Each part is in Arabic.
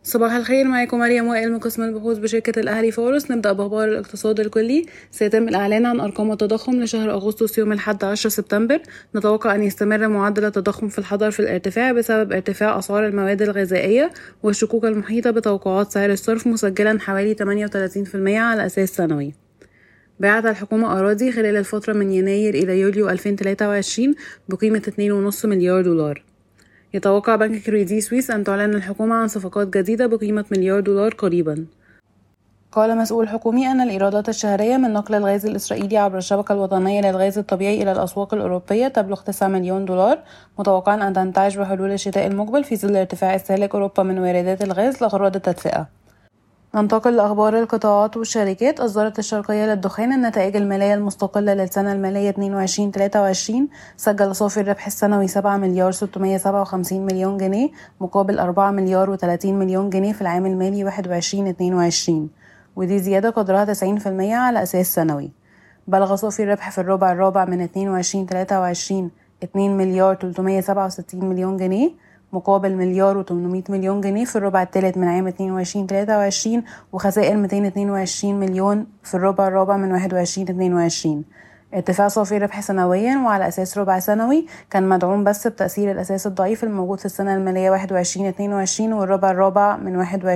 صباح الخير، معاكم مريم وائل من قسم البحوث بشركة الأهلي فورس. نبدأ بأخبار الاقتصاد الكلي. سيتم الإعلان عن أرقام التضخم لشهر أغسطس يوم الأحد 10 سبتمبر. نتوقع أن يستمر معدل التضخم في الحضر في الارتفاع بسبب ارتفاع أسعار المواد الغذائية والشكوك المحيطة بتوقعات سعر الصرف، مسجلا حوالي 38% على أساس سنوي. باعت الحكومة أراضي خلال الفترة من يناير إلى يوليو 2023 بقيمة 2.5 مليار دولار. يتوقع بنك كريدي سويس أن تعلن الحكومة عن صفقات جديدة بقيمة مليار دولار قريبا. قال مسؤول حكومي أن الإيرادات الشهرية من نقل الغاز الإسرائيلي عبر الشبكة الوطنية للغاز الطبيعي إلى الأسواق الأوروبية تبلغ 9 مليون دولار، متوقعا أن تنتعش بحلول الشتاء المقبل في ظل ارتفاع استهلاك أوروبا من واردات الغاز لأغراض التدفئة. ننتقل لأخبار القطاعات والشركات. أصدرت الشرقية للدخان النتائج المالية المستقلة للسنة المالية 22-23. سجل صافي الربح السنوي 7 مليار 657 مليون جنيه مقابل 4 مليار و30 مليون جنيه في العام المالي 21-22، ودي زيادة قدرها 90% على أساس سنوي. بلغ صافي الربح في الربع الرابع من 22-23 2 مليار 367 مليون جنيه مقابل مليار و800 مليون جنيه في الربع الثالث من عام 22-23، وخسائر 222 مليون في الربع الرابع من 21-22. ارتفاع صافي الربح سنويا وعلى أساس ربع سنوي كان مدعوم بس بتأثير الأساس الضعيف الموجود في السنة المالية 21-22 والربع الرابع من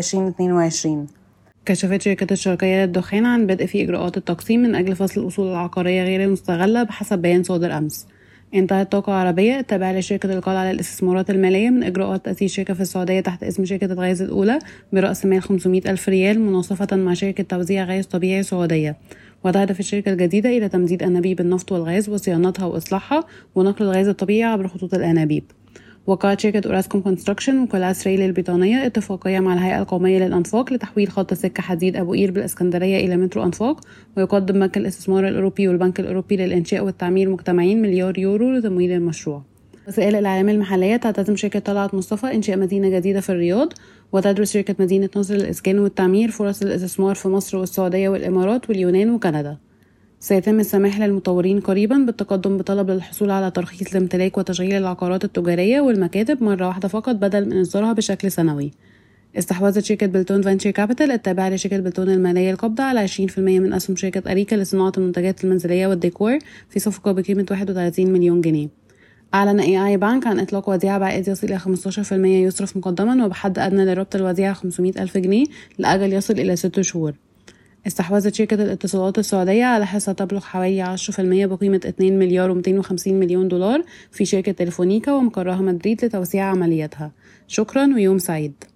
21-22. كشفت شركة الشرقية للدخان عن بدء في إجراءات التقسيم من أجل فصل الأصول العقارية غير المستغلة بحسب بيان صادر أمس. انتهت طاقة عربية التابعة لشركة القلعة للاستثمارات المالية من إجراءات تأسيس شركة في السعودية تحت اسم شركة الغاز الأولى برأس مال 500,000 ريال مناصفة مع شركة توزيع غاز طبيعي سعودية. وتهدف الشركة الجديدة إلى تمديد أنابيب النفط والغاز وصيانتها وإصلاحها ونقل الغاز الطبيعي عبر خطوط الأنابيب. وقعت شركة أوراسكوم كونستراكشن وكلاس ريل البريطانية اتفاقية مع الهيئة القومية للأنفاق لتحويل خط سكة حديد أبو قير بالإسكندرية إلى مترو أنفاق. ويقدم بنك الاستثمار الأوروبي والبنك الأوروبي للإنشاء والتعمير مجتمعين مليار يورو لتمويل المشروع. وسائل الإعلام المحلية تعتزم شركة طلعت مصطفى إنشاء مدينة جديدة في الرياض. وتدرس شركة مدينة نصر للإسكان والتعمير فرص الاستثمار في مصر والسعودية والإمارات واليونان وكندا. سيتم السماح للمطورين قريبا بالتقدم بطلب للحصول على ترخيص الامتلاك وتشغيل العقارات التجارية والمكاتب مرة واحدة فقط بدل من إصدارها بشكل سنوي. استحوذت شركة بلتون فانشر كابيتال التابعة لشركة بلتون المالية القابضة على 20% من أسهم شركة أريكا لصناعة المنتجات المنزلية والديكور في صفقة بقيمة 31 مليون جنيه. أعلن AI بانك عن إطلاق وديعة بعائد يصل إلى 15% يصرف مقدما وبحد أدنى لربط الوديعة 500,000 جنيه لأجل يصل إلى 6 شهور. استحوذت شركة الاتصالات السعودية على حصة تبلغ حوالي 10% بقيمة 2 مليار و250 مليون دولار في شركة تليفونيكا ومقرها مدريد لتوسيع عملياتها. شكرا ويوم سعيد.